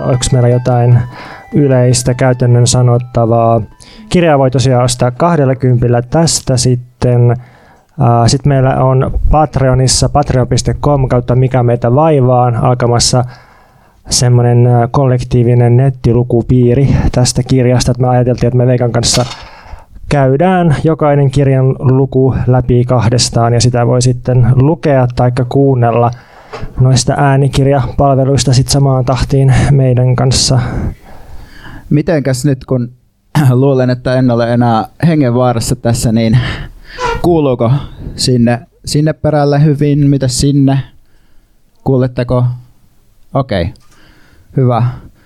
onko meillä jotain yleistä käytännön sanottavaa. Kirjaa voi tosiaan ostaa 20 tästä sitten. Sitten meillä on Patreonissa patreon.com kautta mikä meitä vaivaa alkamassa semmoinen kollektiivinen nettilukupiiri tästä kirjasta, että me ajateltiin, että me Veikan kanssa käydään jokainen kirjan luku läpi kahdestaan ja sitä voi sitten lukea tai kuunnella noista äänikirjapalveluista sitten samaan tahtiin meidän kanssa. Mitenkäs nyt, kun luulen, että en ole enää hengenvaarassa tässä, niin kuuluuko sinne perälle hyvin? Mitä sinne? Kuuletteko? Okei, hyvä.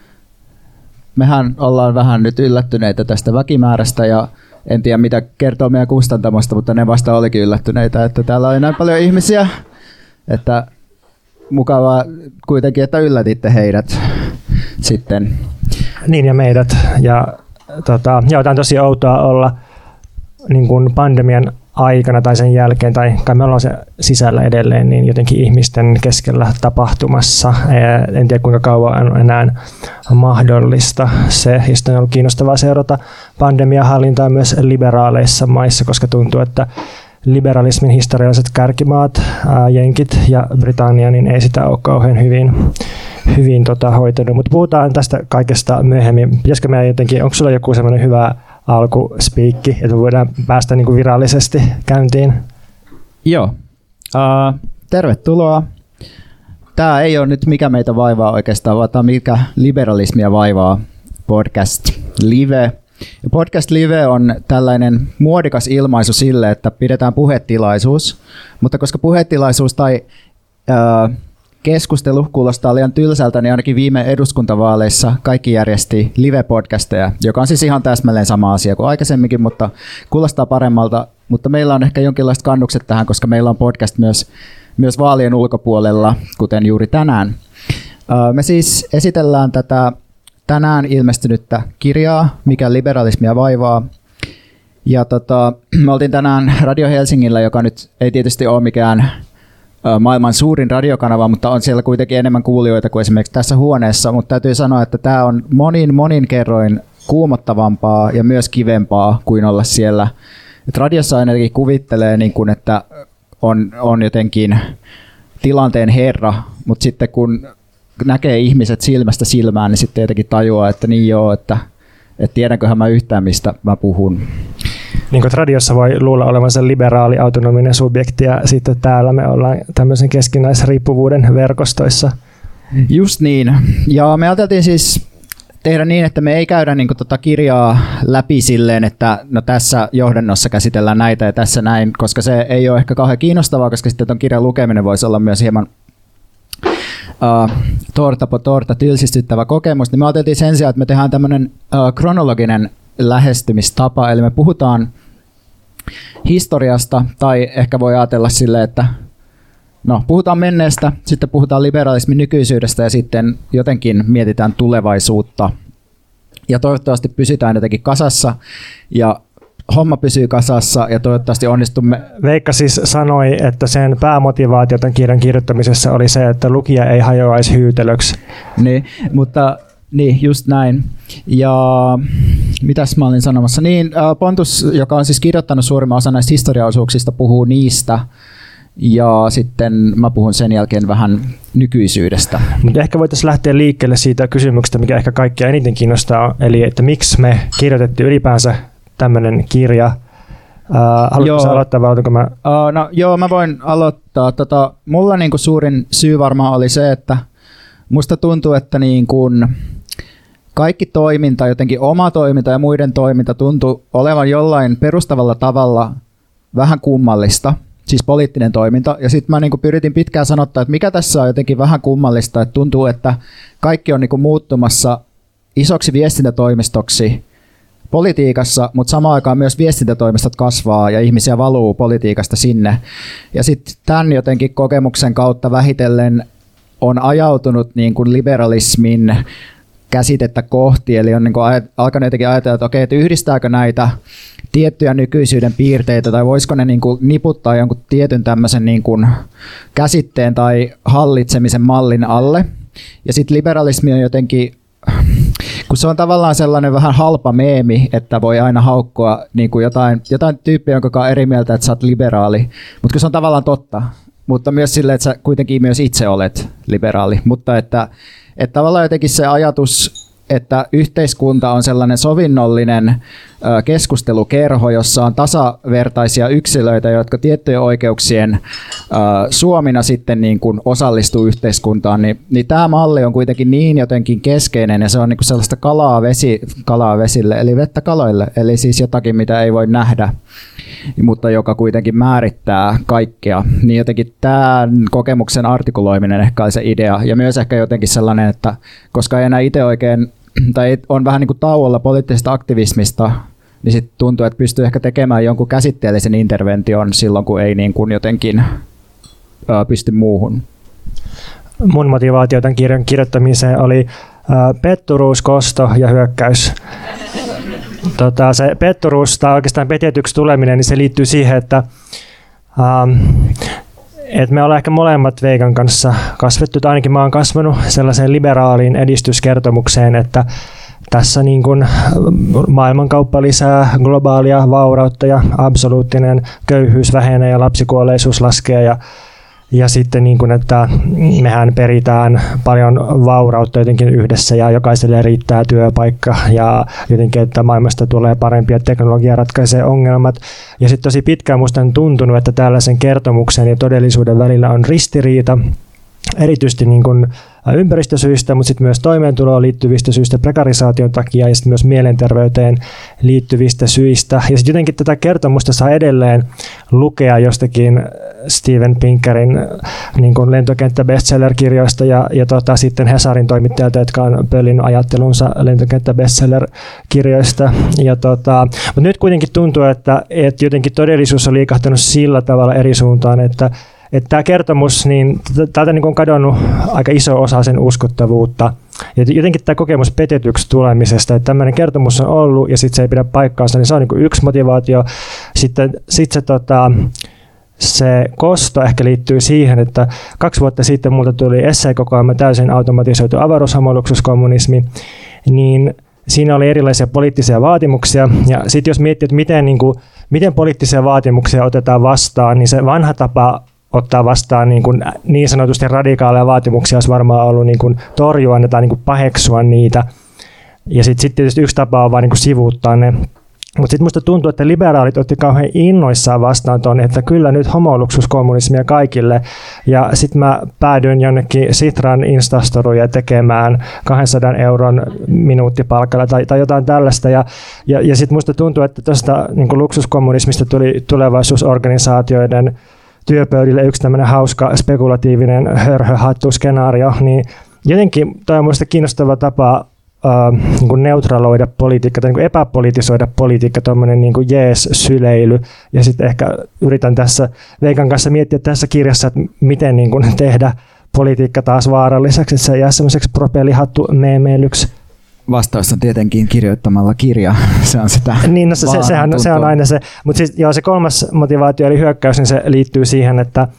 Mehän ollaan vähän nyt yllättyneitä tästä väkimäärästä ja en tiedä mitä kertoo meidän kustantamosta, mutta ne vasta olikin yllättyneitä, että täällä on näin paljon ihmisiä, että mukavaa kuitenkin, että yllätitte heidät sitten. Niin ja meidät. Ja tämä on tosi outoa olla niin kuin pandemian aikana tai sen jälkeen, tai kai me ollaan se sisällä edelleen, niin jotenkin ihmisten keskellä tapahtumassa. En tiedä kuinka kauan on enää mahdollista se. Ja sitten on ollut kiinnostavaa seurata pandemiahallintaa myös liberaaleissa maissa, koska tuntuu, että liberalismin historialliset kärkimaat, Jenkit ja Britannia, niin ei sitä ole kauhean hyvin hoitanut. Mutta puhutaan tästä kaikesta myöhemmin. Pitäisikö meidän jotenkin, onko sulla joku sellainen hyvä alkuspiikki, että me voidaan päästä niin kuin virallisesti käyntiin? Joo. Tervetuloa. Tämä ei ole nyt mikä meitä vaivaa oikeastaan, vaan tämä mikä liberalismia vaivaa podcast live. Ja podcast live on tällainen muodikas ilmaisu sille, että pidetään puhetilaisuus, mutta koska puhetilaisuus tai keskustelu kuulostaa liian tylsältä, niin ainakin viime eduskuntavaaleissa kaikki järjesti live-podcasteja, joka on siis ihan täsmälleen sama asia kuin aikaisemminkin, mutta kuulostaa paremmalta. Mutta meillä on ehkä jonkinlaiset kannukset tähän, koska meillä on podcast myös vaalien ulkopuolella, kuten juuri tänään. Me siis esitellään tätä tänään ilmestynyttä kirjaa, mikä liberalismia vaivaa. Ja me oltiin tänään Radio Helsingillä, joka nyt ei tietysti ole mikään maailman suurin radiokanava, mutta on siellä kuitenkin enemmän kuulijoita kuin esimerkiksi tässä huoneessa, mutta täytyy sanoa, että tämä on monin kerroin kuumottavampaa ja myös kivempaa kuin olla siellä. Et radiossa ainakin kuvittelee, niin kuin, että on jotenkin tilanteen herra, mutta sitten kun näkee ihmiset silmästä silmään, niin sitten jotenkin tajuaa, että niin joo, että tiedänköhän mä yhtään, mistä mä puhun. Niin kuin radiossa voi luulla olevansa liberaali autonominen subjekti ja sitten täällä me ollaan tämmöisen keskinäisriippuvuuden verkostoissa. Just niin. Ja me ajateltiin siis tehdä niin, että me ei käydä niin kuin kirjaa läpi silleen, että no tässä johdannossa käsitellään näitä ja tässä näin, koska se ei ole ehkä kauhean kiinnostavaa, koska sitten ton kirjan lukeminen voisi olla myös hieman torta tylsistyttävä kokemus. Niin me ajateltiin sen sijaan, että me tehdään tämmöinen kronologinen lähestymistapa, eli me puhutaan historiasta, tai ehkä voi ajatella silleen, että puhutaan menneestä, sitten puhutaan liberalismin nykyisyydestä ja sitten jotenkin mietitään tulevaisuutta. Ja toivottavasti pysytään jotenkin kasassa ja homma pysyy kasassa ja toivottavasti onnistumme. Veikka siis sanoi, että sen päämotivaatio tämän kirjan kirjoittamisessa oli se, että lukija ei hajoaisi hyytelöksi. Niin, just näin. Ja mitäs mä olin sanomassa? Niin, Pontus, joka on siis kirjoittanut suurimman osan näistä historiaosuuksista, puhuu niistä. Ja sitten mä puhun sen jälkeen vähän nykyisyydestä. Mutta ehkä voitaisiin lähteä liikkeelle siitä kysymyksestä, mikä ehkä kaikkia eniten kiinnostaa. Eli että miksi me kirjoitettiin ylipäänsä tämmöinen kirja. Haluatko aloittaa vai otanko mä? Mä voin aloittaa. Mulla niinku suurin syy varmaan oli se, että musta tuntuu, että niinku kaikki toiminta, jotenkin oma toiminta ja muiden toiminta tuntui olevan jollain perustavalla tavalla vähän kummallista. Siis poliittinen toiminta. Ja sitten mä niinku pyritin pitkään sanottaa, että mikä tässä on jotenkin vähän kummallista, että tuntuu, että kaikki on niinku muuttumassa isoksi viestintätoimistoksi politiikassa, mutta samaan aikaan myös viestintätoimistot kasvaa ja ihmisiä valuu politiikasta sinne. Ja sitten tämän jotenkin kokemuksen kautta vähitellen on ajautunut niin kuin liberalismin käsitettä kohti, eli on niin kuin alkanut jotenkin ajatella, että okei, että yhdistääkö näitä tiettyjä nykyisyyden piirteitä, tai voisiko ne niin kuin niputtaa jonkun tietyn tämmöisen niin kuin käsitteen tai hallitsemisen mallin alle. Ja sitten liberalismi on jotenkin kun se on tavallaan sellainen vähän halpa meemi, että voi aina haukkoa niin kuin jotain tyyppiä, jonka on eri mieltä, että sä oot liberaali, mutta kun se on tavallaan totta, mutta myös silleen, että sä kuitenkin myös itse olet liberaali, mutta että tavallaan jotenkin se ajatus, että yhteiskunta on sellainen sovinnollinen keskustelukerho, jossa on tasavertaisia yksilöitä, jotka tiettyjen oikeuksien suomina sitten niin kuin osallistuu yhteiskuntaan, niin tämä malli on kuitenkin niin jotenkin keskeinen, ja se on niin kuin sellaista kalaa vesille, eli vettä kaloille, eli siis jotakin, mitä ei voi nähdä, mutta joka kuitenkin määrittää kaikkea. Niin jotenkin tämän kokemuksen artikuloiminen ehkä oli se idea, ja myös ehkä jotenkin sellainen, että koska ei enää itse oikein, tai on vähän niin kuin tauolla poliittisesta aktivismista, niin sitten tuntuu, että pystyy ehkä tekemään jonkun käsitteellisen intervention silloin, kun ei niin kuin jotenkin pysty muuhun. Mun motivaatio tämän kirjan kirjoittamiseen oli petturuus, kosto ja hyökkäys. Se petturuus tai oikeastaan petetyksi tuleminen, niin se liittyy siihen, että me ollaan ehkä molemmat Veikan kanssa kasvettu, tai ainakin mä oon kasvanut sellaiseen liberaaliin edistyskertomukseen, että tässä niin kuin maailmankauppa lisää globaalia vaurautta ja absoluuttinen köyhyys vähenee ja lapsikuolleisuus laskee ja sitten niin kuin, että mehän peritään paljon vaurautta jotenkin yhdessä ja jokaiselle riittää työpaikka ja jotenkin, että maailmasta tulee parempia ja teknologia ratkaisee ongelmat. Ja sitten tosi pitkään musta on tuntunut, että tällaisen kertomuksen ja todellisuuden välillä on ristiriita. Erityisesti niin kuin ympäristösyistä, mutta sitten myös toimeentuloon liittyvistä syistä, prekarisaation takia ja sitten myös mielenterveyteen liittyvistä syistä. Ja sitten jotenkin tätä kertomusta saa edelleen lukea jostakin Steven Pinkerin niin kuin lentokenttä-bestseller-kirjoista ja sitten Hesarin toimittajalta, jotka on pöllinyt ajattelunsa lentokenttä-bestseller-kirjoista. Mutta nyt kuitenkin tuntuu, että jotenkin todellisuus on liikahtanut sillä tavalla eri suuntaan, että tämä kertomus, niin täältä niin on kadonnut aika iso osa sen uskottavuutta. Ja jotenkin tämä kokemus petetyksi tulemisesta, että tämmöinen kertomus on ollut ja sitten se ei pidä paikkaansa, niin se on niin yksi motivaatio. Sitten se kosto ehkä liittyy siihen, että 2 vuotta sitten multa tuli esseekokoelma täysin automatisoitu avaruushomoluksuskommunismi, niin siinä oli erilaisia poliittisia vaatimuksia, ja sitten jos miettii, että miten poliittisia vaatimuksia otetaan vastaan, niin se vanha tapa ottaa vastaan niin sanotusti radikaaleja vaatimuksia olisi varmaan ollut torjua ne tai paheksua niitä. Ja sitten tietysti yksi tapa on vaan sivuuttaa ne. Mutta sitten musta tuntuu, että liberaalit otti kauhean innoissaan vastaan tuon, että kyllä nyt homoluksuskommunismia kaikille. Ja sitten mä päädyin jonnekin Sitran instastoruja tekemään 200 euron minuuttipalkalla tai jotain tällaista. Ja sitten musta tuntuu, että tuosta luksuskommunismista tuli tulevaisuusorganisaatioiden työpöydille yksi tämmöinen hauska spekulatiivinen hörhöhattu-skenaario, niin jotenkin tämä on minusta kiinnostava tapa neutraloida politiikka tai epäpolitisoida politiikka, tuommoinen jees-syleily. Ja sitten ehkä yritän tässä Veikan kanssa miettiä tässä kirjassa, että miten tehdä politiikka taas vaaralliseksi, että se ei jää semmoiseksi propellihattu-meemeilyksi. Vastaus on tietenkin kirjoittamalla kirja. Se on sitä. Niin, no se on aina se. Mutta siis, se kolmas motivaatio eli hyökkäys, niin se liittyy siihen, että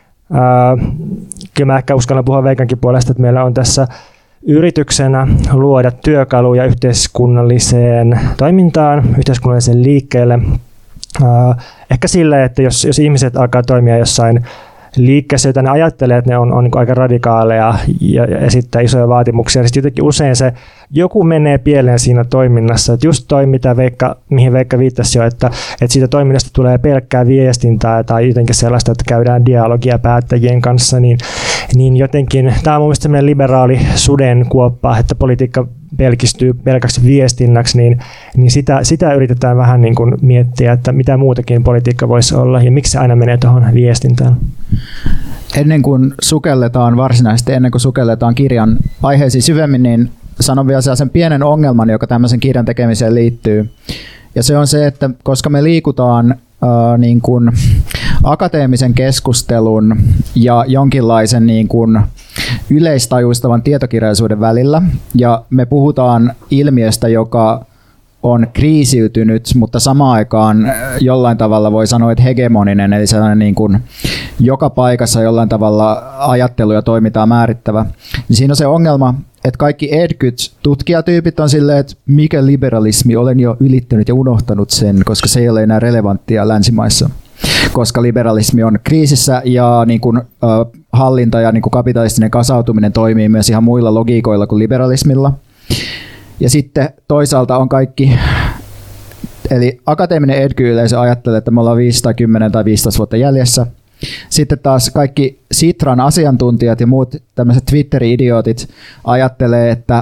kyllä mä ehkä uskallan puhua Veikankin puolesta, että meillä on tässä yrityksenä luoda työkaluja yhteiskunnalliseen toimintaan, yhteiskunnalliseen liikkeelle. Ehkä silleen, että jos ihmiset alkaa toimia jossain liikkeessä, jota ne ajattelee, että ne on aika radikaaleja ja esittää isoja vaatimuksia, niin jotenkin usein se joku menee pieleen siinä toiminnassa. Että just toi, mihin Veikka viittasi jo, että siitä toiminnasta tulee pelkkää viestintää tai jotenkin sellaista, että käydään dialogia päättäjien kanssa, niin jotenkin tämä on mun mielestä sellainen liberaali sudenkuoppa, että politiikka pelkistyy pelkäksi viestinnäksi, niin sitä yritetään vähän miettiä, että mitä muutakin politiikka voisi olla ja miksi se aina menee tuohon viestintään. Ennen kuin sukelletaan kirjan aiheisiin syvemmin, niin sanon vielä sellaisen pienen ongelman, joka tämmöisen kirjan tekemiseen liittyy. Ja se on se, että koska me liikutaan akateemisen keskustelun ja jonkinlaisen yleistajuistavan tietokirjallisuuden välillä, ja me puhutaan ilmiöstä, joka on kriisiytynyt, mutta samaan aikaan jollain tavalla voi sanoa, että hegemoninen, eli sellainen joka paikassa jollain tavalla ajattelu ja toimintaa määrittävä. Niin siinä on se ongelma, että kaikki Edkyt-tutkijatyypit on silleen, että mikä liberalismi, olen jo ylittänyt ja unohtanut sen, koska se ei ole enää relevanttia länsimaissa. Koska liberalismi on kriisissä ja niin kuin, hallinta ja niin kuin kapitalistinen kasautuminen toimii myös ihan muilla logiikoilla kuin liberalismilla. Ja sitten toisaalta on kaikki, eli akateeminen Edky-yleisö ajattelee, että me ollaan 5 tai 10 tai 15 vuotta jäljessä. Sitten taas kaikki Sitran asiantuntijat ja muut tämmöiset Twitter-idiootit ajattelee, että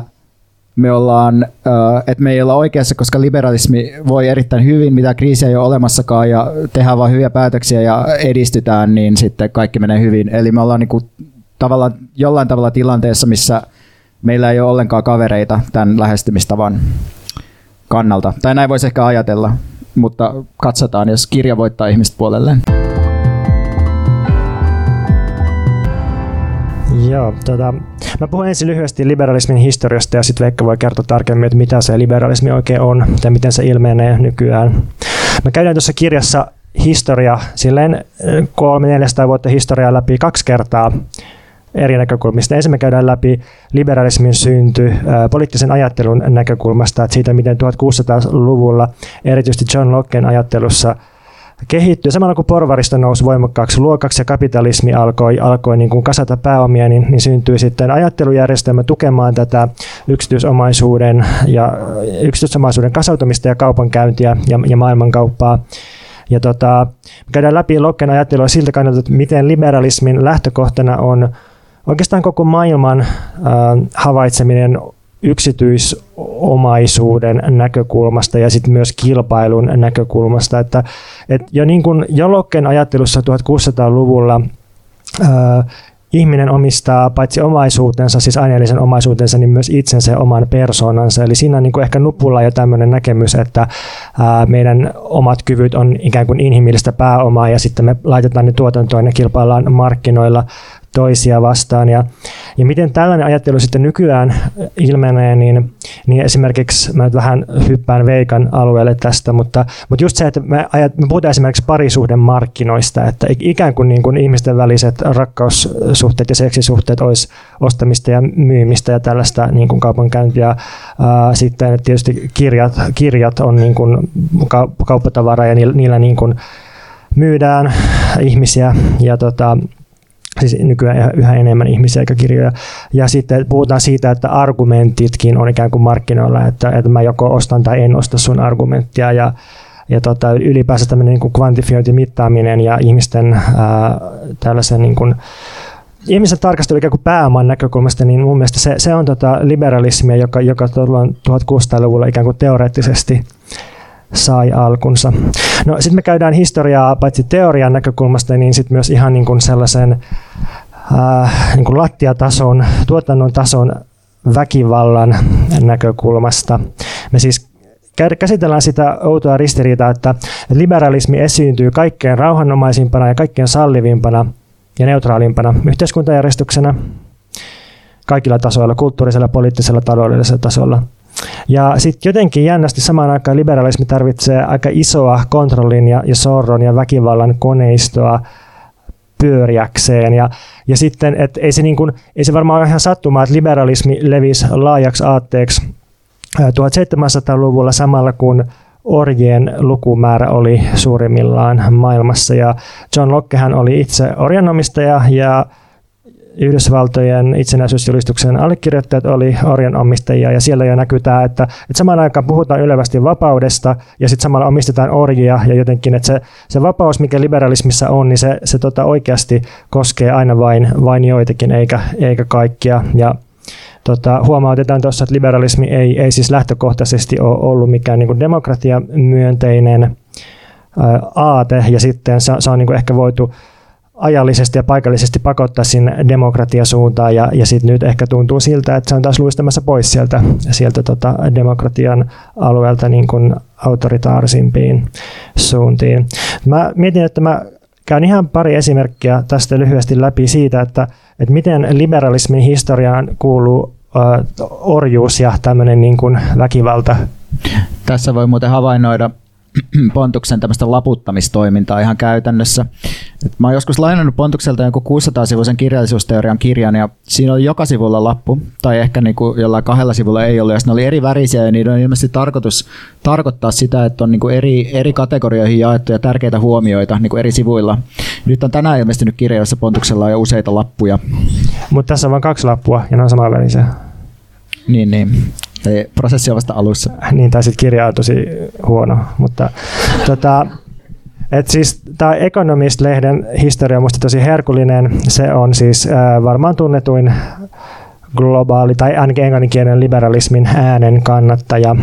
me ei olla oikeassa, koska liberalismi voi erittäin hyvin, mitä kriisiä ei ole olemassakaan ja tehdään vaan hyviä päätöksiä ja edistytään, niin sitten kaikki menee hyvin. Eli me ollaan niinku tavallaan jollain tavalla tilanteessa, missä meillä ei ole ollenkaan kavereita tämän lähestymistavan kannalta. Tai näin voisi ehkä ajatella, mutta katsotaan, jos kirja voittaa ihmiset puolelleen. Joo, mä puhun ensin lyhyesti liberalismin historiasta ja sitten Veikka voi kertoa tarkemmin, että mitä se liberalismi oikein on ja miten se ilmenee nykyään. Mä käydään tuossa kirjassa historia, silleen 300-400 vuotta historiaa läpi 2 kertaa eri näkökulmista. Ensin me käydään läpi liberalismin synty poliittisen ajattelun näkökulmasta, että siitä miten 1600-luvulla erityisesti John Locken ajattelussa kehittyi. Samalla kun porvaristo nousi voimakkaaksi luokaksi ja kapitalismi alkoi niin kuin kasata pääomia, niin syntyi sitten ajattelujärjestelmä tukemaan tätä yksityisomaisuuden kasautumista ja kaupankäyntiä ja maailmankauppaa. Ja käydään läpi Locken ajattelua siltä kannalta, että miten liberalismin lähtökohtana on oikeastaan koko maailman havaitseminen yksityisomaisuuden näkökulmasta ja sitten myös kilpailun näkökulmasta. Että jo Locken ajattelussa 1600-luvulla ihminen omistaa paitsi omaisuutensa, siis aineellisen omaisuutensa, niin myös itsensä ja oman persoonansa. Eli siinä on niin kuin ehkä nupulla jo tämmöinen näkemys, että meidän omat kyvyt on ikään kuin inhimillistä pääomaa ja sitten me laitetaan ne tuotantoon ja kilpaillaan markkinoilla toisia vastaan. Ja miten tällainen ajattelu sitten nykyään ilmenee, niin esimerkiksi mä nyt vähän hyppään Veikan alueelle tästä, mutta just se, että me puhutaan esimerkiksi parisuhden markkinoista, että ikään kuin, ihmisten väliset rakkaussuhteet ja seksisuhteet olisi ostamista ja myymistä ja tällaista niin kuin kaupankäyntiä. Sitten tietysti kirjat on niin kuin kauppatavara ja niillä niin kuin myydään ihmisiä ja siis nykyään yhä enemmän ihmisiä eikä kirjoja. Ja sitten puhutaan siitä, että argumentitkin on ikään kuin markkinoilla, että mä joko ostan tai en osta sun argumenttia. Ja ylipäänsä tämmöinen niin kuin kvantifiointi, mittaaminen ja ihmisten tällaisen niin kuin ihmisen tarkastelu ikään kuin pääoman näkökulmasta, niin mun mielestä se on liberalismia, joka 1600-luvulla ikään kuin teoreettisesti sai alkunsa. No sitten me käydään historiaa paitsi teorian näkökulmasta, niin sitten myös ihan niin kuin sellaisen niin kuin lattiatason, tuotannon tason väkivallan näkökulmasta. Me siis käsitellään sitä outoa ristiriitaa, että liberalismi esiintyy kaikkein rauhanomaisimpana ja kaikkein sallivimpana ja neutraalimpana yhteiskuntajärjestyksenä kaikilla tasoilla, kulttuurisella, poliittisella, taloudellisella tasolla. Ja sitten jotenkin jännästi samaan aikaan liberalismi tarvitsee aika isoa kontrollin ja sorron ja väkivallan koneistoa pyöriäkseen. Ja sitten, että ei se varmaan ole ihan sattumaa, että liberalismi levisi laajaksi aatteeksi 1700-luvulla samalla kun orjien lukumäärä oli suurimmillaan maailmassa. Ja John Lockehan oli itse orjanomistaja ja Yhdysvaltojen itsenäisyysjulistuksen allekirjoittajat oli orjanomistajia ja siellä jo näkyy tämä, että samaan aikaan puhutaan ylevästi vapaudesta ja sitten samalla omistetaan orjia ja jotenkin, että se vapaus, mikä liberalismissa on, niin se oikeasti koskee aina vain joitakin eikä kaikkia. Ja huomautetaan tuossa, että liberalismi ei siis lähtökohtaisesti ole ollut mikään niin kuin demokratiamyönteinen aate ja sitten se on niin kuin ehkä voitu ajallisesti ja paikallisesti pakottaa sinne demokratiasuuntaan ja sitten nyt ehkä tuntuu siltä, että se on taas luistamassa pois sieltä demokratian alueelta niin kuin autoritaarisimpiin suuntiin. Mä mietin, että mä käyn ihan pari esimerkkiä tästä lyhyesti läpi siitä, että miten liberalismin historiaan kuuluu orjuus ja tämmöinen niin kuin väkivalta. Tässä voi muuten havainnoida Pontuksen tämmöistä laputtamistoimintaa ihan käytännössä. Mä oon joskus lainannut Pontukselta jonkun 600-sivuisen kirjallisuusteorian kirjan, ja siinä oli joka sivulla lappu, tai ehkä niin kuin jollain 2 sivulla ei ollut, ja ne oli eri värisiä, ja niiden on ilmeisesti tarkoitus tarkoittaa sitä, että on niin kuin eri kategorioihin jaettuja tärkeitä huomioita niin kuin eri sivuilla. Nyt on tänään ilmestynyt kirja, jossa Pontuksella on jo useita lappuja. Mutta tässä on vain 2 lappua, ja ne on samanvärisiä. Niin. Prosessi on vasta alussa. Niin, tai sitten kirja on tosi huono, mutta siis tämä Economist-lehden historia on musta tosi herkullinen. Se on siis varmaan tunnetuin globaali tai ainakin englanninkielinen liberalismin äänen kannattaja.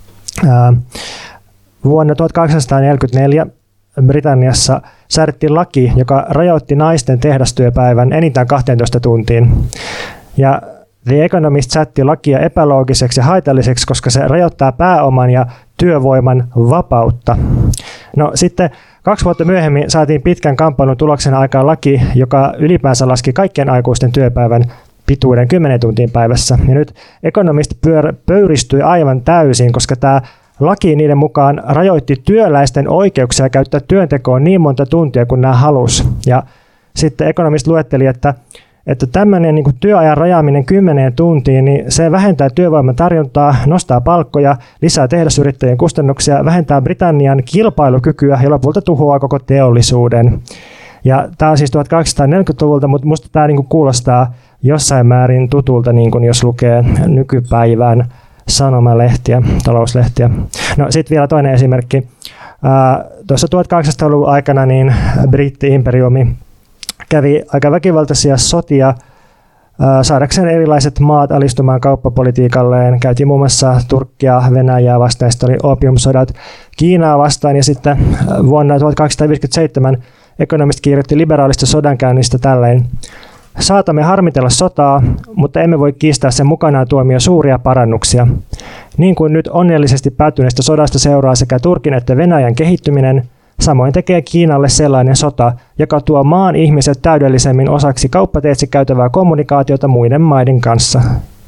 Vuonna 1844 Britanniassa säädettiin laki, joka rajoitti naisten tehdastyöpäivän enintään 12 tuntiin. Ja The Economist sätti lakia epäloogiseksi ja haitalliseksi, koska se rajoittaa pääoman ja työvoiman vapautta. No sitten 2 vuotta myöhemmin saatiin pitkän kamppailun tuloksena aikaan laki, joka ylipäänsä laski kaikkien aikuisten työpäivän pituuden 10 tuntiin päivässä. Ja nyt Economist pöyristyi aivan täysin, koska tämä laki niiden mukaan rajoitti työläisten oikeuksia käyttää työntekoon niin monta tuntia kuin nämä halusi. Ja sitten Economist luetteli, että tämmöinen niin kuin työajan rajaaminen 10 tuntiin, niin se vähentää työvoiman tarjontaa, nostaa palkkoja, lisää tehdasyrittäjien kustannuksia, vähentää Britannian kilpailukykyä ja lopulta tuhoaa koko teollisuuden. Ja tämä on siis 1840-luvulta, mutta musta tämä niin kuin kuulostaa jossain määrin tutulta, niin kuin jos lukee nykypäivän sanomalehtiä, talouslehtiä. No sitten vielä toinen esimerkki. Tuossa 1800-luvun aikana niin britti-imperiumi kävi aika väkivaltaisia sotia saadakseen erilaiset maat alistumaan kauppapolitiikalleen. Käytiin muun muassa Turkkia, Venäjää vastaan, sitten oli opiumsodat Kiinaa vastaan, ja sitten vuonna 1857 Economist kirjoitti liberaalista sodankäynnistä tälleen: saatamme harmitella sotaa, mutta emme voi kiistää sen mukanaan tuomia suuria parannuksia. Niin kuin nyt onnellisesti päättyneestä sodasta seuraa sekä Turkin että Venäjän kehittyminen, samoin tekee Kiinalle sellainen sota, joka tuo maan ihmiset täydellisemmin osaksi kauppateitse käytävää kommunikaatiota muiden maiden kanssa.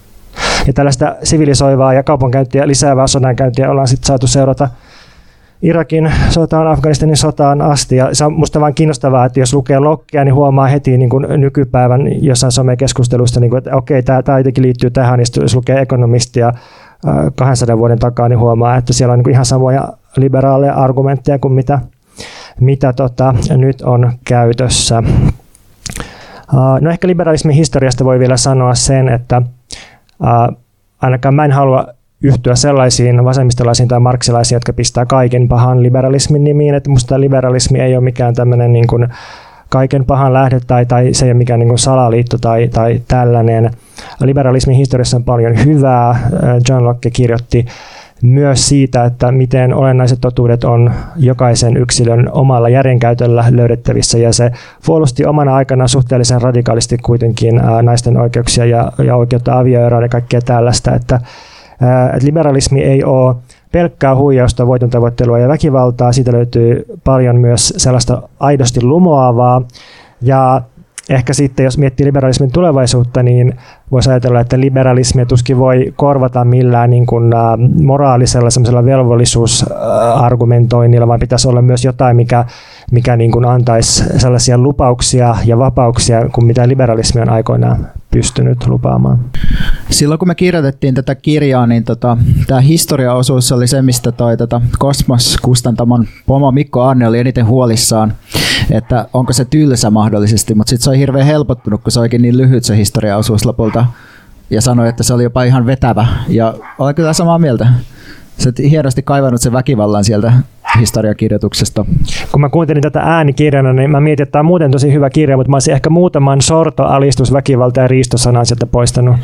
Ja tällaista sivilisoivaa ja kaupankäyntiä lisäävää sodankäyntiä ollaan sitten saatu seurata Irakin sotaan, Afganistanin sotaan asti. Ja se on musta vaan kiinnostavaa, että jos lukee Lockea, niin huomaa heti niin kuin nykypäivän jossain somekeskustelusta, niin kuin, että okei, tämä jotenkin liittyy tähän. Ja jos lukee Economistia 200 vuoden takaa, niin huomaa, että siellä on niin kuin ihan samoja liberaaleja argumentteja kuin mitä nyt on käytössä. No ehkä liberalismin historiasta voi vielä sanoa sen, että ainakaan mä en halua yhtyä sellaisiin vasemmistolaisiin tai marksilaisiin, jotka pistää kaiken pahan liberalismin nimiin. Että musta liberalismi ei ole mikään tämmöinen niin kuin kaiken pahan lähde tai se ei ole mikään niin kuin salaliitto tai tällainen. Liberalismin historiassa on paljon hyvää. John Locke kirjoitti myös siitä, että miten olennaiset totuudet on jokaisen yksilön omalla järjenkäytöllä löydettävissä, ja se puolusti omana aikana suhteellisen radikaalisti kuitenkin naisten oikeuksia ja oikeutta avioeroon ja kaikkea tällaista, että liberalismi ei ole pelkkää huijausta, voiton tavoittelua ja väkivaltaa, siitä löytyy paljon myös sellaista aidosti lumoavaa, ja ehkä sitten, jos miettii liberalismin tulevaisuutta, niin voisi ajatella, että liberalismia tuskin voi korvata millään niin kuin moraalisella semmoisella velvollisuusargumentoinnilla, vaan pitäisi olla myös jotain, mikä niin kuin antaisi sellaisia lupauksia ja vapauksia, kuin mitä liberalismi on aikoinaan pystynyt lupaamaan. Silloin kun me kirjoitettiin tätä kirjaa, niin tämä historiaosuus oli se, mistä Kosmos-kustantamon pomo Mikko Arne oli eniten huolissaan, että onko se tylsä mahdollisesti, mutta sitten se on hirveän helpottunut, kun se olikin niin lyhyt se historiaosuus lopulta, ja sanoi, että se oli jopa ihan vetävä, ja olen kyllä samaa mieltä. Sä oot hienosti kaivannut sen väkivallan sieltä historiakirjoituksesta. Kun mä kuuntelin tätä äänikirjana, niin mä mietin, että tämä on muuten tosi hyvä kirja, mutta mä olisin ehkä muutaman sorto, alistus, väkivalta ja riistosanan sieltä poistanut.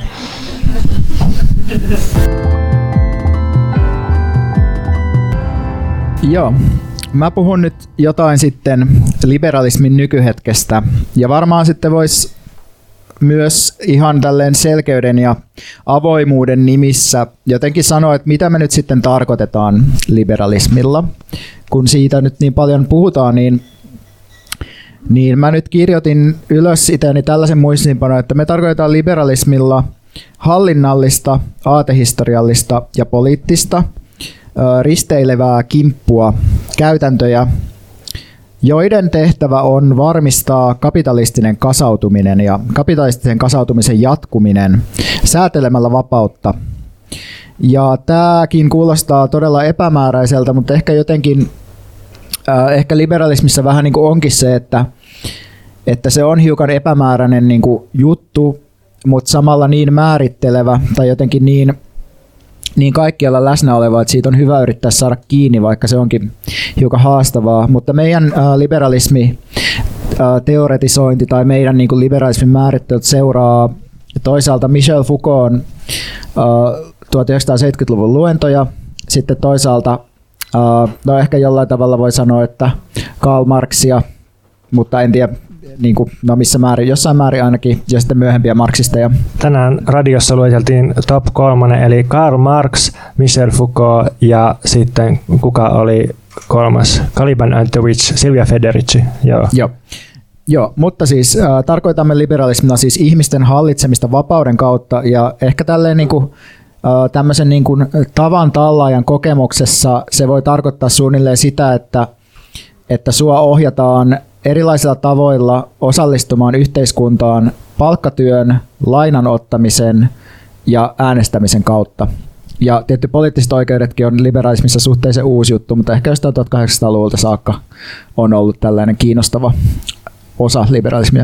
Joo. Mä puhun nyt jotain sitten liberalismin nykyhetkestä, ja varmaan sitten voisi myös ihan tälleen selkeyden ja avoimuuden nimissä jotenkin sanoa, että mitä me nyt sitten tarkoitetaan liberalismilla. Kun siitä nyt niin paljon puhutaan, niin mä nyt kirjoitin ylös itseäni tällaisen muistiinpanon, että me tarkoitetaan liberalismilla hallinnallista, aatehistoriallista ja poliittista risteilevää kimppua käytäntöjä, joiden tehtävä on varmistaa kapitalistinen kasautuminen ja kapitalistisen kasautumisen jatkuminen säätelemällä vapautta. Ja tämäkin kuulostaa todella epämääräiseltä, mutta ehkä jotenkin ehkä liberalismissa vähän niin kuin onkin se, että se on hiukan epämääräinen niin kuin juttu, mutta samalla niin määrittelevä tai jotenkin niin kaikkialla läsnä oleva, että siitä on hyvä yrittää saada kiinni, vaikka se onkin hiukan haastavaa. Mutta meidän liberalismi teoretisointi tai meidän niin kuin liberalismin määrittelyt seuraa toisaalta Michel Foucaultin 1970-luvun luentoja, sitten toisaalta no ehkä jollain tavalla voi sanoa, että Karl Marxia, mutta en tiedä niin kuin, no missä määrin, jossain määrin ainakin, ja sitten myöhempiä marxisteja. Tänään radiossa lueteltiin top 3, eli Karl Marx, Michel Foucault ja sitten kuka oli kolmas? Caliban and the Witch, Silvia Federici. Joo, mutta siis tarkoitamme liberalismina siis ihmisten hallitsemista vapauden kautta, ja ehkä tälleen niin kuin, tämmöisen niin kuin tavan tallaajan kokemuksessa se voi tarkoittaa suunnilleen sitä, että sua ohjataan erilaisilla tavoilla osallistumaan yhteiskuntaan palkkatyön, lainan ottamisen ja äänestämisen kautta. Ja tietty poliittiset oikeudetkin on liberalismissa suhteellisen uusi juttu, mutta ehkä jostain 1800-luvulta saakka on ollut tällainen kiinnostava osa liberalismia.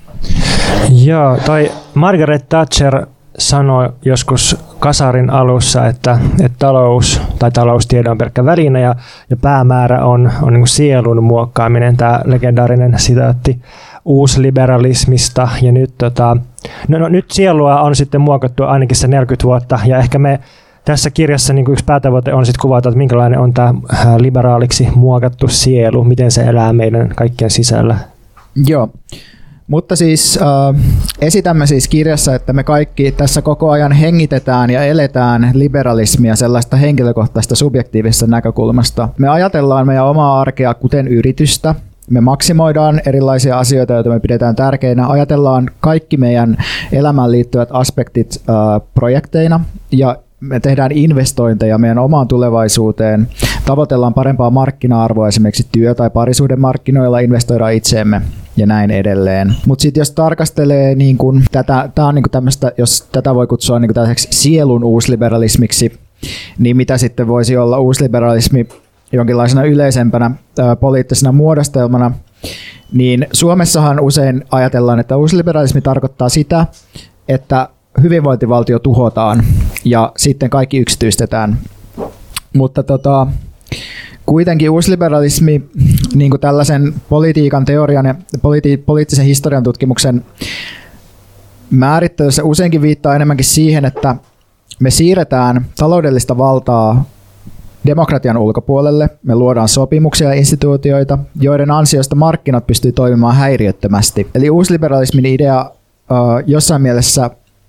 Joo, toi Margaret Thatcher sanoi joskus Kasarin alussa, että talous tai taloustiede on pelkkä väline ja päämäärä on niin kuin sielun muokkaaminen, tämä legendaarinen sitaatti uusliberalismista. Ja nyt, nyt sielua on sitten muokattu ainakin se 40 vuotta, ja ehkä me tässä kirjassa niin kuin yksi päätavoite on sitten kuvata, että minkälainen on tämä liberaaliksi muokattu sielu, miten se elää meidän kaikkien sisällä. Joo. Mutta siis esitämme siis kirjassa, että me kaikki tässä koko ajan hengitetään ja eletään liberalismia sellaista henkilökohtaista subjektiivisesta näkökulmasta. Me ajatellaan meidän omaa arkea kuten yritystä. Me maksimoidaan erilaisia asioita, joita me pidetään tärkeinä. Ajatellaan kaikki meidän elämään liittyvät aspektit projekteina ja me tehdään investointeja meidän omaan tulevaisuuteen. Tavoitellaan parempaa markkina-arvoa esimerkiksi työ- tai parisuhdemarkkinoilla, investoidaan itseemme ja näin edelleen. Mutta sitten jos tarkastelee niin kun tää on niin kun tämmöistä, jos tätä voi kutsua niin kun tällaiseksi sielun uusliberalismiksi, niin mitä sitten voisi olla uusliberalismi jonkinlaisena yleisempänä poliittisena muodostelmana, niin Suomessahan usein ajatellaan, että uusliberalismi tarkoittaa sitä, että hyvinvointivaltio tuhotaan ja sitten kaikki yksityistetään. Mutta kuitenkin uusliberalismi niin kuin tällaisen politiikan teorian ja poliittisen historian tutkimuksen määrittelyssä useinkin viittaa enemmänkin siihen, että me siirretään taloudellista valtaa demokratian ulkopuolelle. Me luodaan sopimuksia ja instituutioita, joiden ansiosta markkinat pystyy toimimaan häiriöttömästi. Eli uusliberalismin idea jossain mielessä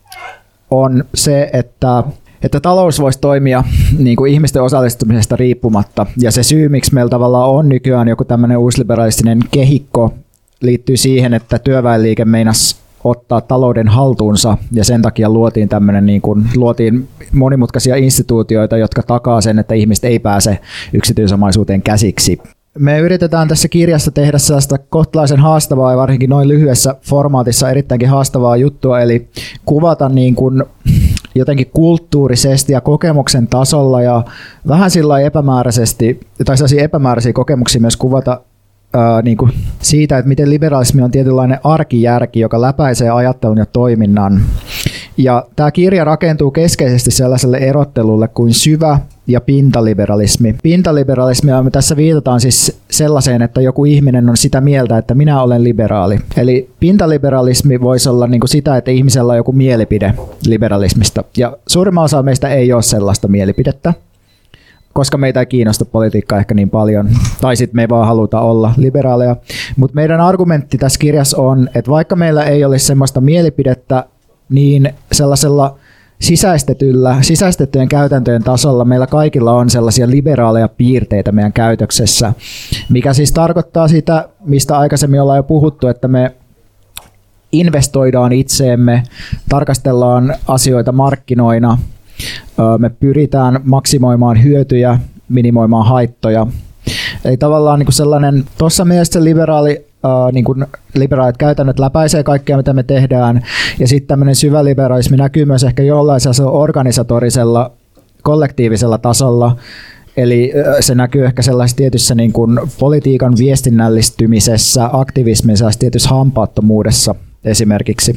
on se, että talous voisi toimia niin kuin ihmisten osallistumisesta riippumatta. Ja se syy, miksi meillä tavallaan on nykyään joku tämmöinen uusliberalistinen kehikko, liittyy siihen, että työväenliike meinasi ottaa talouden haltuunsa, ja sen takia luotiin monimutkaisia instituutioita, jotka takaa sen, että ihmiset ei pääse yksityisomaisuuteen käsiksi. Me yritetään tässä kirjassa tehdä sellaista kohtalaisen haastavaa ja varsinkin noin lyhyessä formaatissa erittäinkin haastavaa juttua, eli kuvata niin kuin jotenkin kulttuurisesti ja kokemuksen tasolla ja vähän sillä epämääräisesti, tai sellaisia epämääräisiä kokemuksia myös kuvata niin kuin siitä, että miten liberalismi on tietynlainen arkijärki, joka läpäisee ajattelun ja toiminnan. Ja tämä kirja rakentuu keskeisesti sellaiselle erottelulle kuin syvä ja pintaliberalismi. Pintaliberalismia me tässä viitataan siis sellaiseen, että joku ihminen on sitä mieltä, että minä olen liberaali. Eli pintaliberalismi voisi olla niin kuin sitä, että ihmisellä on joku mielipide liberalismista. Ja suurimman osa meistä ei ole sellaista mielipidettä, koska meitä ei kiinnosta politiikkaa ehkä niin paljon, tai sitten me ei vaan haluta olla liberaaleja. Mutta meidän argumentti tässä kirjassa on, että vaikka meillä ei olisi semmoista mielipidettä, niin sellaisella sisäistettyjen käytäntöjen tasolla meillä kaikilla on sellaisia liberaaleja piirteitä meidän käytöksessä, mikä siis tarkoittaa sitä, mistä aikaisemmin ollaan jo puhuttu, että me investoidaan itseemme, tarkastellaan asioita markkinoina, me pyritään maksimoimaan hyötyjä minimoimaan haittoja. Eli tavallaan niin kuin sellainen, tuossa mielessä niin kuin liberaalit käytännöt läpäisee kaikkea, mitä me tehdään, ja sitten tämmöinen syväliberalismi näkyy myös ehkä jollain organisatorisella, kollektiivisella tasolla, eli se näkyy ehkä sellaisessa tietyssä niin kuin politiikan viestinnällistymisessä, aktivismissa, tietyssä hampaattomuudessa esimerkiksi.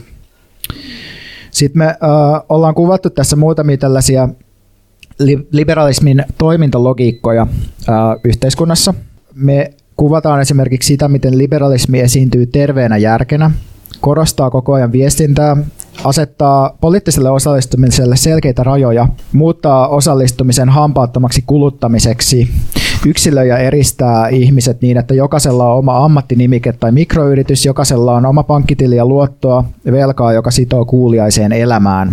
Sitten me ollaan kuvattu tässä muutamia tällaisia liberalismin toimintalogiikkoja yhteiskunnassa. Me kuvataan esimerkiksi sitä, miten liberalismi esiintyy terveenä järkenä, korostaa koko ajan viestintää, asettaa poliittiselle osallistumiselle selkeitä rajoja, muuttaa osallistumisen hampaattomaksi kuluttamiseksi, yksilöi ja eristää ihmiset niin, että jokaisella on oma ammattinimike tai mikroyritys, jokaisella on oma pankkitili ja luottoa, velkaa, joka sitoo kuuliaiseen elämään.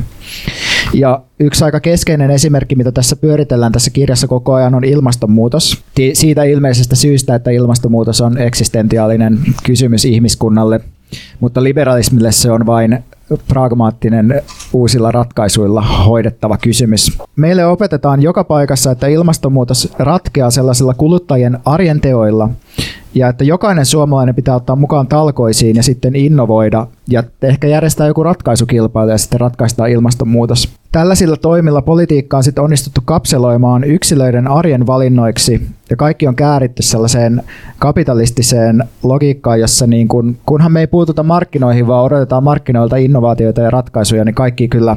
Ja yksi aika keskeinen esimerkki, mitä tässä pyöritellään tässä kirjassa koko ajan, on ilmastonmuutos. Siitä ilmeisestä syystä, että ilmastonmuutos on eksistentiaalinen kysymys ihmiskunnalle, mutta liberalismille se on vain pragmaattinen uusilla ratkaisuilla hoidettava kysymys. Meille opetetaan joka paikassa, että ilmastonmuutos ratkeaa sellaisilla kuluttajien arjen teoilla, ja että jokainen suomalainen pitää ottaa mukaan talkoisiin ja sitten innovoida ja ehkä järjestää joku ratkaisukilpailu ja sitten ratkaistaan ilmastonmuutos. Tällaisilla toimilla politiikka on sitten onnistuttu kapseloimaan yksilöiden arjen valinnoiksi ja kaikki on kääritty sellaiseen kapitalistiseen logiikkaan, jossa niin kunhan me ei puututa markkinoihin, vaan odotetaan markkinoilta innovaatioita ja ratkaisuja, niin kaikki kyllä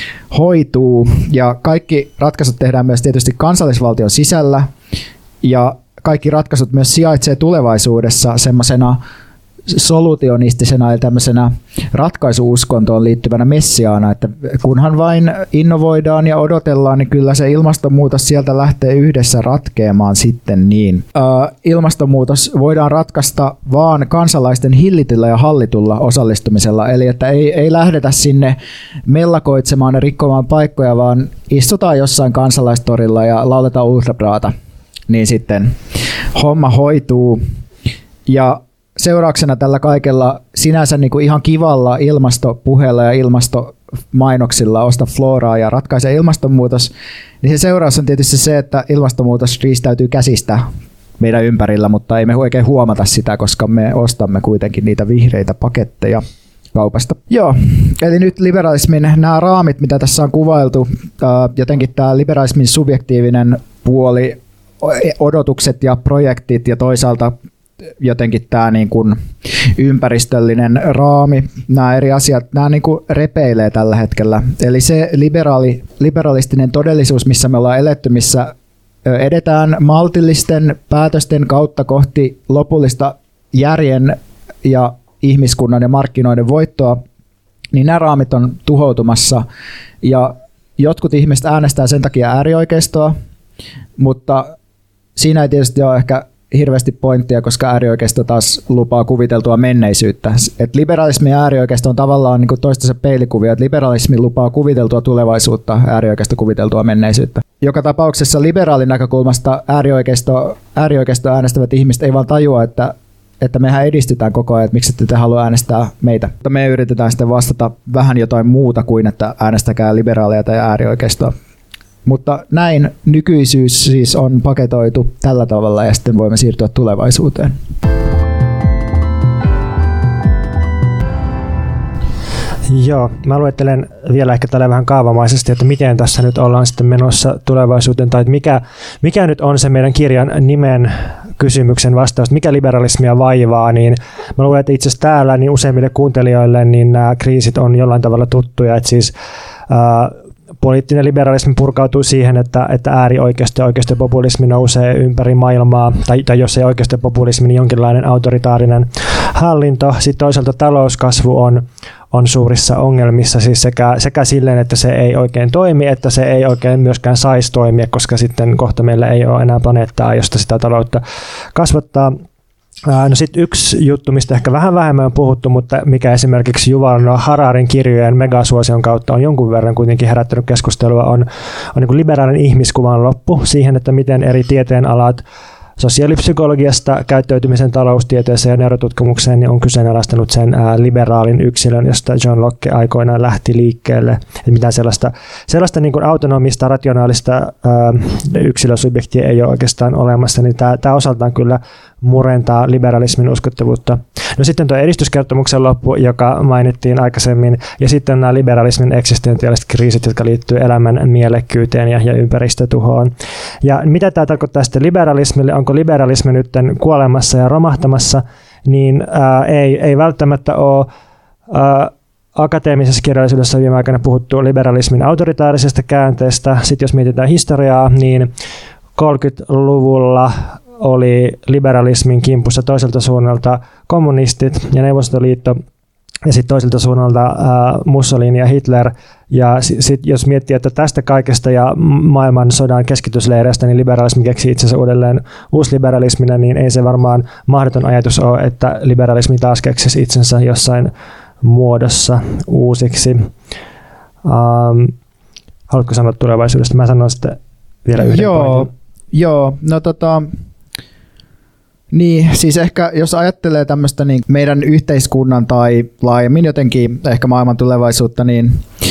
hoituu ja kaikki ratkaisut tehdään myös tietysti kansallisvaltion sisällä ja kaikki ratkaisut myös sijaitsee tulevaisuudessa semmoisena solutionistisena eli tämmöisenä ratkaisuuskontoon liittyvänä messiaana, että kunhan vain innovoidaan ja odotellaan, niin kyllä se ilmastonmuutos sieltä lähtee yhdessä ratkeamaan sitten niin. Ilmastonmuutos voidaan ratkaista vaan kansalaisten hillityllä ja hallitulla osallistumisella, eli että ei lähdetä sinne mellakoitsemaan ja rikkomaan paikkoja, vaan istutaan jossain kansalaistorilla ja lauletaan ultrabraata. Niin sitten homma hoituu ja seurauksena tällä kaikella sinänsä niin kuin ihan kivalla ilmastopuheella ja ilmastomainoksilla osta floraa ja ratkaise ilmastonmuutos, niin se seuraus on tietysti se, että ilmastonmuutos riistäytyy käsistä meidän ympärillä, mutta ei me oikein huomata sitä, koska me ostamme kuitenkin niitä vihreitä paketteja kaupasta. Joo, eli nyt liberalismin nämä raamit, mitä tässä on kuvailtu, jotenkin tämä liberalismin subjektiivinen puoli, odotukset ja projektit ja toisaalta jotenkin tämä niin kuin ympäristöllinen raami, nämä eri asiat, nämä niin kuin repeilee tällä hetkellä. Eli se liberalistinen todellisuus, missä me ollaan eletty, missä edetään maltillisten päätösten kautta kohti lopullista järjen ja ihmiskunnan ja markkinoiden voittoa, niin nämä raamit on tuhoutumassa ja jotkut ihmiset äänestää sen takia äärioikeistoa, mutta siinä ei tietysti ole ehkä hirveästi pointtia, koska äärioikeisto taas lupaa kuviteltua menneisyyttä. Et liberalismi ja äärioikeisto on tavallaan niin kuin toistensa peilikuvia, että liberalismi lupaa kuviteltua tulevaisuutta, äärioikeisto kuviteltua menneisyyttä. Joka tapauksessa liberaalin näkökulmasta äärioikeisto äänestävät ihmiset ei vaan tajua, että mehän edistytään koko ajan, että miksi ette te halua äänestää meitä. Mutta me yritetään sitten vastata vähän jotain muuta kuin, että äänestäkää liberaaleja tai äärioikeistoa. Mutta näin nykyisyys siis on paketoitu tällä tavalla ja sitten voimme siirtyä tulevaisuuteen. Joo, mä luettelen vielä ehkä tällä vähän kaavamaisesti, että miten tässä nyt ollaan sitten menossa tulevaisuuteen, tai mikä nyt on se meidän kirjan nimen kysymyksen vastaus, mikä liberalismia vaivaa, niin mä luulen, että itse asiassa täällä niin useimmille kuuntelijoille niin nämä kriisit on jollain tavalla tuttuja, että siis poliittinen liberalismi purkautuu siihen, että äärioikeisto ja oikeistopopulismi nousee ympäri maailmaa, tai jos ei oikeistopopulismi, niin jonkinlainen autoritaarinen hallinto. Sitten toisaalta talouskasvu on suurissa ongelmissa, siis sekä silleen, että se ei oikein toimi, että se ei oikein myöskään saisi toimia, koska sitten kohta meillä ei ole enää planeettaa, josta sitä taloutta kasvattaa. No sitten yksi juttu, mistä ehkä vähän vähemmän on puhuttu, mutta mikä esimerkiksi Yuval Noah Hararin kirjojen megasuosion kautta on jonkun verran kuitenkin herättänyt keskustelua, on niin kuin liberaalin ihmiskuvan loppu siihen, että miten eri tieteenalat sosiaalipsykologiasta käyttäytymisen taloustieteeseen ja neurotutkimukseen, niin on kyseenalaistanut sen liberaalin yksilön, josta John Locke aikoinaan lähti liikkeelle. Että mitään sellaista niin kuin autonomista, rationaalista yksilösubjektia ei ole oikeastaan olemassa, niin tämä osaltaan kyllä murentaa liberalismin uskottavuutta. No sitten tuo edistyskertomuksen loppu, joka mainittiin aikaisemmin, ja sitten nämä liberalismin eksistentiaaliset kriisit, jotka liittyy elämän mielekkyyteen ja ympäristötuhoon. Ja mitä tämä tarkoittaa sitten liberalismille? Onko liberalismi nyt kuolemassa ja romahtamassa? Niin ei välttämättä ole. Akateemisessa kirjallisuudessa viime aikoina puhuttu liberalismin autoritaarisesta käänteestä. Sitten jos mietitään historiaa, niin 30-luvulla oli liberalismin kimpussa toiselta suunnalta kommunistit ja Neuvostoliitto, ja sitten toiselta suunnalta Mussolini ja Hitler. Ja sitten jos miettii, että tästä kaikesta ja maailmansodan keskitysleireistä, niin liberalismi keksi itsensä uudelleen uusliberalismina, niin ei se varmaan mahdoton ajatus ole, että liberalismi taas keksisi itsensä jossain muodossa uusiksi. Haluatko sanoa tulevaisuudesta? Mä sanon sitten vielä yhden pointin. Joo, no niin, siis ehkä jos ajattelee tämmöistä niin meidän yhteiskunnan tai laajemmin jotenkin ehkä maailman tulevaisuutta, niin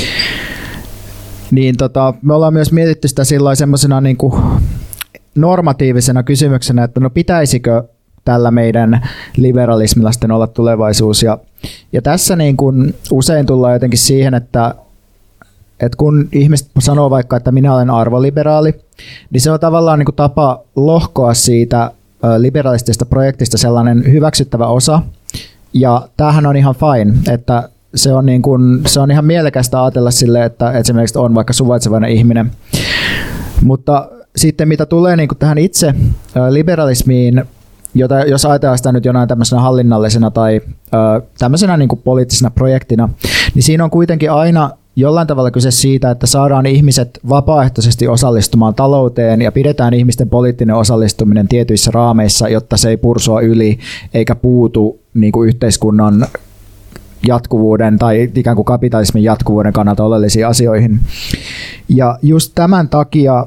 me ollaan myös mietitty sitä semmoisena niin kuin normatiivisena kysymyksenä, että no pitäisikö tällä meidän liberalismilla sitten olla tulevaisuus. Ja tässä niin kuin usein tullaan jotenkin siihen, että kun ihmiset sanoo vaikka, että minä olen arvoliberaali, niin se on tavallaan niin kuin tapa lohkoa siitä liberalistisesta projektista sellainen hyväksyttävä osa. Ja tämähän on ihan fine, että se on ihan mielekästä ajatella sille, että esimerkiksi on vaikka suvaitsevainen ihminen. Mutta sitten mitä tulee niin kuin tähän itse liberalismiin, jos ajatellaan sitä nyt jonain tämmöisenä hallinnallisena tai tämmöisenä niin kuin poliittisena projektina, niin siinä on kuitenkin aina jollain tavalla kyse siitä, että saadaan ihmiset vapaaehtoisesti osallistumaan talouteen ja pidetään ihmisten poliittinen osallistuminen tietyissä raameissa, jotta se ei pursua yli eikä puutu niin kuin yhteiskunnan jatkuvuuden tai ikään kuin kapitalismin jatkuvuuden kannalta oleellisiin asioihin. Ja just tämän takia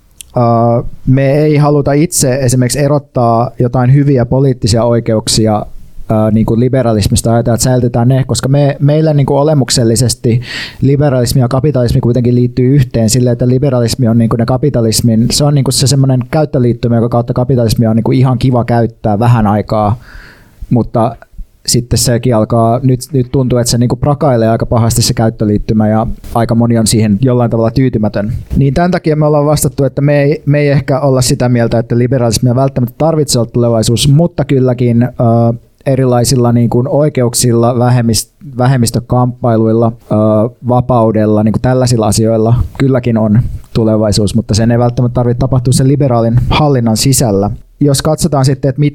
me ei haluta itse esimerkiksi erottaa jotain hyviä poliittisia oikeuksia niin kuin liberalismista, ajatellaan, että säilytetään ne, koska meillä niin kuin olemuksellisesti liberalismi ja kapitalismi kuitenkin liittyy yhteen sillä, että liberalismi on niin kuin kapitalismin, se on niin kuin se semmoinen käyttöliittymä, joka kautta kapitalismia on niin kuin ihan kiva käyttää vähän aikaa, mutta sitten sekin alkaa, nyt tuntuu, että se niinku prakailee aika pahasti se käyttöliittymä ja aika moni on siihen jollain tavalla tyytymätön. Niin tämän takia me ollaan vastattu, että me ei ehkä olla sitä mieltä, että liberalismia välttämättä tarvitsee olla tulevaisuus, mutta kylläkin erilaisilla niin kuin oikeuksilla, vähemmistökamppailuilla, vapaudella, niin kuin tällaisilla asioilla kylläkin on tulevaisuus, mutta sen ei välttämättä tarvitse tapahtua sen liberaalin hallinnan sisällä. Jos katsotaan sitten, että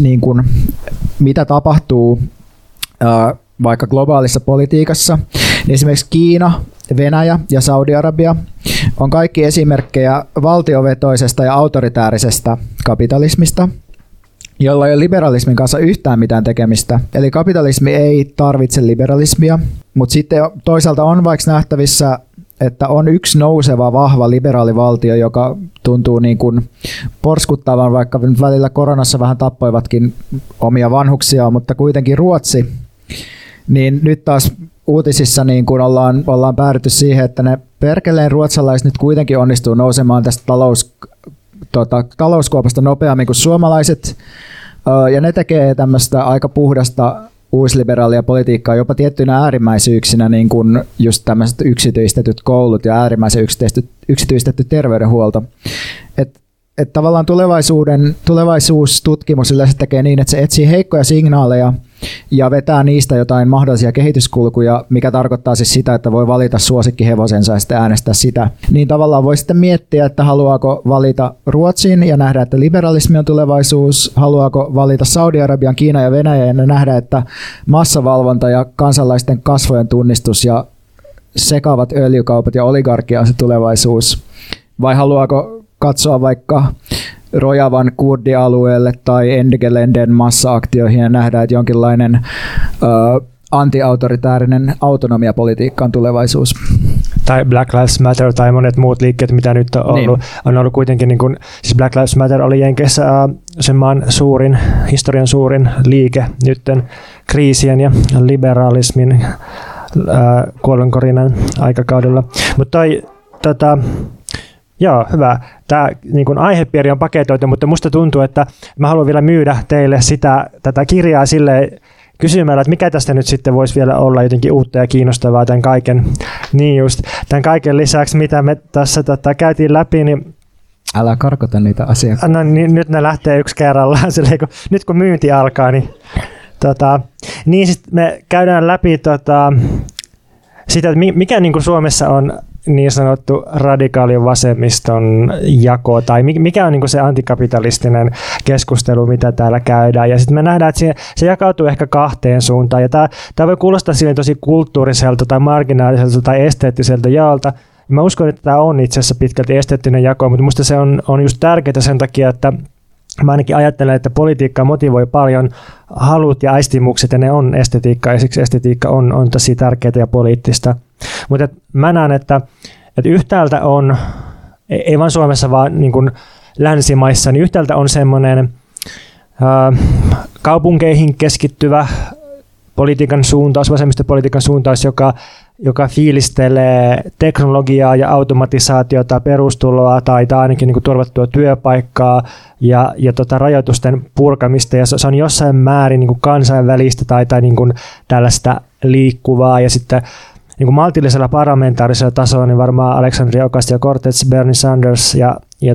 mitä tapahtuu vaikka globaalissa politiikassa, niin esimerkiksi Kiina, Venäjä ja Saudi-Arabia on kaikki esimerkkejä valtiovetoisesta ja autoritäärisestä kapitalismista, jolla ei ole liberalismin kanssa yhtään mitään tekemistä. Eli kapitalismi ei tarvitse liberalismia, mutta sitten toisaalta on vaikka nähtävissä, että on yksi nouseva, vahva liberaalivaltio, joka tuntuu niin kuin porskuttavan, vaikka nyt välillä koronassa vähän tappoivatkin omia vanhuksia, mutta kuitenkin Ruotsi, niin nyt taas uutisissa niin kuin ollaan päädytty siihen, että ne perkeleen ruotsalaiset nyt kuitenkin onnistuu nousemaan tästä talouskuopasta nopeammin kuin suomalaiset, ja ne tekee tämmöistä aika puhdasta uusliberaalia politiikkaa jopa tiettyinä äärimmäisyyksinä, niin kuin just tämmöiset yksityistetyt koulut ja äärimmäisen yksityistetty terveydenhuolto. Et tavallaan tulevaisuustutkimus yleensä tekee niin, että se etsii heikkoja signaaleja ja vetää niistä jotain mahdollisia kehityskulkuja, mikä tarkoittaa siis sitä, että voi valita suosikkihevosensa ja sitten äänestää sitä. Niin tavallaan voi sitten miettiä, että haluaako valita Ruotsin ja nähdä, että liberalismi on tulevaisuus, haluaako valita Saudi-Arabian, Kiina ja Venäjä ja nähdä, että massavalvonta ja kansalaisten kasvojen tunnistus ja sekaavat öljykaupat ja oligarkia on se tulevaisuus. Vai haluaako katsoa vaikka Rojavan kurdialueelle tai Endegelenden massa-aktioihin ja nähdä, että jonkinlainen anti-autoritäärinen autonomiapolitiikka on tulevaisuus. Tai Black Lives Matter tai monet muut liikkeet, mitä nyt on ollut, on ollut kuitenkin, niin kuin, siis Black Lives Matter oli Jenkeissä sen maan historian suurin liike nytten kriisien ja liberaalismin kuolonkorinan aikakaudella. Mutta joo, hyvä. Tämä niin kuin aihepiiri on paketoitu, mutta musta tuntuu, että mä haluan vielä myydä teille tätä kirjaa silleen kysymällä, että mikä tästä nyt sitten voisi vielä olla jotenkin uutta ja kiinnostavaa tämän kaiken lisäksi, mitä me tässä käytiin läpi, niin älä karkota niitä asiakkaita. No, niin, nyt ne lähtee yksi kerrallaan, silleen, nyt kun myynti alkaa, niin niin siis me käydään läpi sitä, että mikä niin kuin Suomessa on niin sanottu radikaalin vasemmiston jako, tai mikä on niin kuin se antikapitalistinen keskustelu, mitä täällä käydään. Ja sitten me nähdään, että se jakautuu ehkä kahteen suuntaan. Ja tämä voi kuulostaa silleen tosi kulttuuriselta tai marginaaliselta tai esteettiseltä jaolta. Mä uskon, että tämä on itse asiassa pitkälti esteettinen jako, mutta musta se on just tärkeää sen takia, että mä ainakin ajattelen, että politiikka motivoi paljon halut ja aistimukset, ja ne on estetiikkaa, ja siksi estetiikka on tosi tärkeää ja poliittista. Mutta mä näen, että yhtäältä on, ei vain Suomessa, vaan niin kuin länsimaissa, niin yhtäältä on semmoinen kaupunkeihin keskittyvä politiikan suuntaus, vasemmistopolitiikan suuntaus, joka fiilistelee teknologiaa ja automatisaatiota, perustuloa tai ainakin niin kuin turvattua työpaikkaa ja rajoitusten purkamista. Ja se on jossain määrin niin kuin kansainvälistä tai niin kuin tällaista liikkuvaa. Ja sitten niin kuin maltillisella parlamentaarisella tasolla niin varmaan Alexandria Ocasio-Cortez, Bernie Sanders ja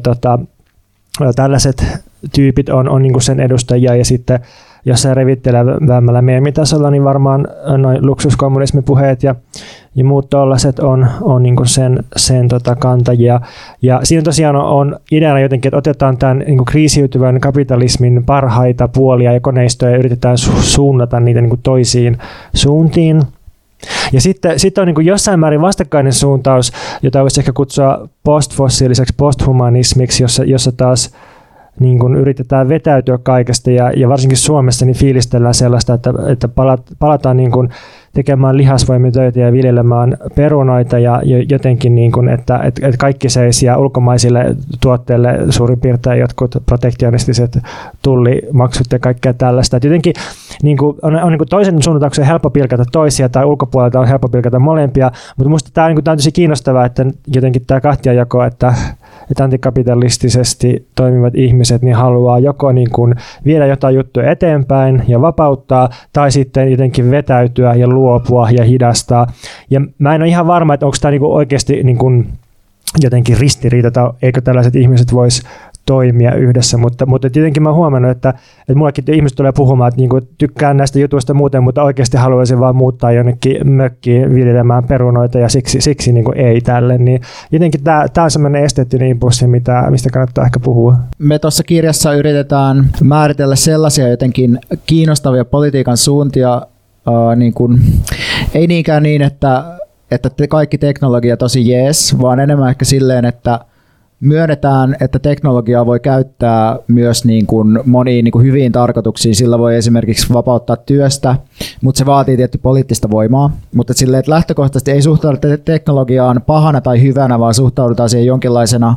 tällaiset tyypit on niin kuin sen edustajia. Ja sitten jossain revittelevämmällä meemitasolla, niin varmaan noin luksuskommunismipuheet ja muut tollaiset on niin kuin sen kantajia. Ja siinä tosiaan on ideana jotenkin, että otetaan tämän niin kuin kriisiytyvän kapitalismin parhaita puolia ja koneistoja ja yritetään suunnata niitä niin kuin toisiin suuntiin. Ja sitten on niin kuin jossain määrin vastakkainen suuntaus, jota voisi ehkä kutsua postfossiiliseksi posthumanismiksi, jossa taas niin kun yritetään vetäytyä kaikesta ja varsinkin Suomessa niin fiilistellään sellaista, että palataan niin kun tekemään lihasvoimitöitä ja viljelemään perunoita ja jotenkin, niin kun, että kaikki seis ja ulkomaisille tuotteille suurin piirtein jotkut protektionistiset tullimaksut ja kaikkea tällaista. Että jotenkin niin kun on niin kun toisen suunnatauksen helppo pilkata toisia tai ulkopuolelta on helppo pilkata molempia, mutta minusta tämä on tosi kiinnostavaa, että jotenkin tämä kahtiajako, että antikapitalistisesti toimivat ihmiset niin haluaa joko niin kuin viedä jotain juttuja eteenpäin ja vapauttaa, tai sitten jotenkin vetäytyä ja luopua ja hidastaa. Ja mä en ole ihan varma, että onko tämä niin kuin oikeasti niin kuin jotenkin ristiriita, tai eikö tällaiset ihmiset voisi toimia yhdessä, mutta tietenkin mä oon huomannut, että mullekin ihmiset tulee puhumaan, että niinku tykkään näistä jutuista muuten, mutta oikeasti haluaisin vaan muuttaa jonnekin mökkiin viljelemään perunoita ja siksi niinku ei tälle. Niin jotenkin tämä on semmoinen esteettinen impulssi, mistä kannattaa ehkä puhua. Me tuossa kirjassa yritetään määritellä sellaisia jotenkin kiinnostavia politiikan suuntia, niin kuin, ei niinkään niin, että kaikki teknologia tosi jees, vaan enemmän ehkä silleen, että myönnetään, että teknologiaa voi käyttää myös niin kuin moniin niin kuin hyviin tarkoituksiin. Sillä voi esimerkiksi vapauttaa työstä, mutta se vaatii tietty poliittista voimaa. Mutta silleen, että lähtökohtaisesti ei suhtauduta teknologiaan pahana tai hyvänä, vaan suhtaudutaan siihen jonkinlaisena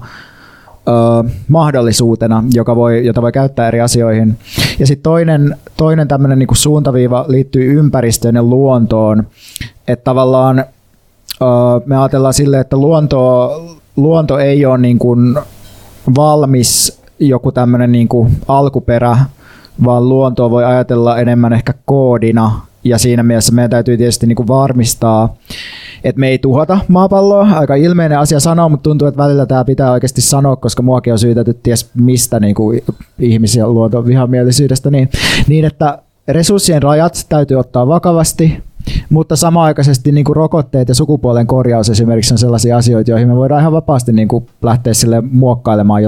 mahdollisuutena, jota voi käyttää eri asioihin. Ja sitten toinen tämmöinen niin kuin suuntaviiva liittyy ympäristöön ja luontoon. Että tavallaan me ajatellaan silleen, että luonto ei ole niin kuin valmis joku tämmöinen niin kuin alkuperä, vaan luontoa voi ajatella enemmän ehkä koodina, ja siinä mielessä meidän täytyy tietysti niin kuin varmistaa, että me ei tuhota maapalloa. Aika ilmeinen asia sanoa, mutta tuntuu, että välillä tämä pitää oikeasti sanoa, koska muakin on syytetty ties mistä niin kuin ihmisiä luontovihamielisyydestä, niin että resurssien rajat täytyy ottaa vakavasti, mutta samanaikaisesti niin kuin rokotteet ja sukupuolen korjaus esimerkiksi on sellaisia asioita, joihin me voidaan ihan vapaasti niin kuin lähteä sille muokkailemaan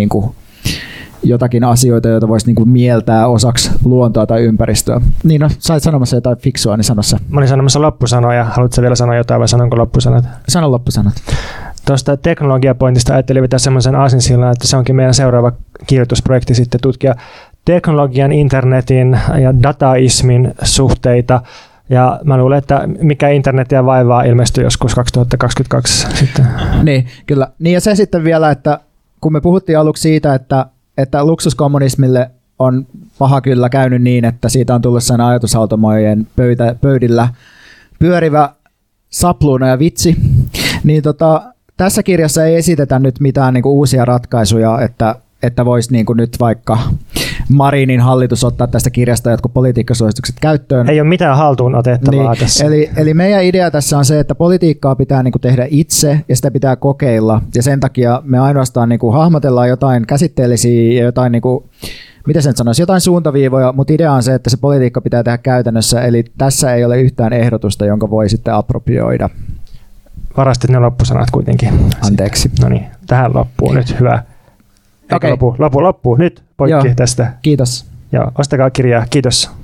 jotakin asioita, joita voisi niin kuin mieltää osaksi luontoa tai ympäristöä. Niin no, sait sanomassa jotain fiksua, niin sano se. Mä olin sanomassa loppusanoja. Haluatko vielä sanoa jotain vai sanonko loppusanat? Sano loppusanat. Tuosta teknologiapointista ajattelin vetää semmoisen aasinsillan, että se onkin meidän seuraava kirjoitusprojekti sitten tutkia teknologian, internetin ja dataismin suhteita Ja mä luulen, että mikä internetiä vaivaa ilmestyy joskus 2022 sitten. Niin, kyllä. Niin ja se sitten vielä, että kun me puhuttiin aluksi siitä, että luksuskommunismille on paha kyllä käynyt niin, että siitä on tullut sen ajatushautomojen pöydillä pyörivä sapluuna ja vitsi, niin tässä kirjassa ei esitetä nyt mitään niinku uusia ratkaisuja, että voisi niinku nyt vaikka Marinin hallitus ottaa tästä kirjasta jotkut politiikkasuositukset käyttöön. Ei ole mitään haltuun otettavaa niin, tässä. Eli meidän idea tässä on se, että politiikkaa pitää niinku tehdä itse ja sitä pitää kokeilla. Ja sen takia me ainoastaan niinku hahmotellaan jotain käsitteellisiä ja jotain, niinku, mitä sen sanoisi, jotain suuntaviivoja, mutta idea on se, että se politiikka pitää tehdä käytännössä. Eli tässä ei ole yhtään ehdotusta, jonka voi sitten apropioida. Varastit ne loppusanat kuitenkin. Anteeksi. No niin, tähän loppuu nyt. Hyvä. Okei. Loppuu. Nyt poikki Joo. tästä. Kiitos. Joo, ostakaa kirjaa. Kiitos.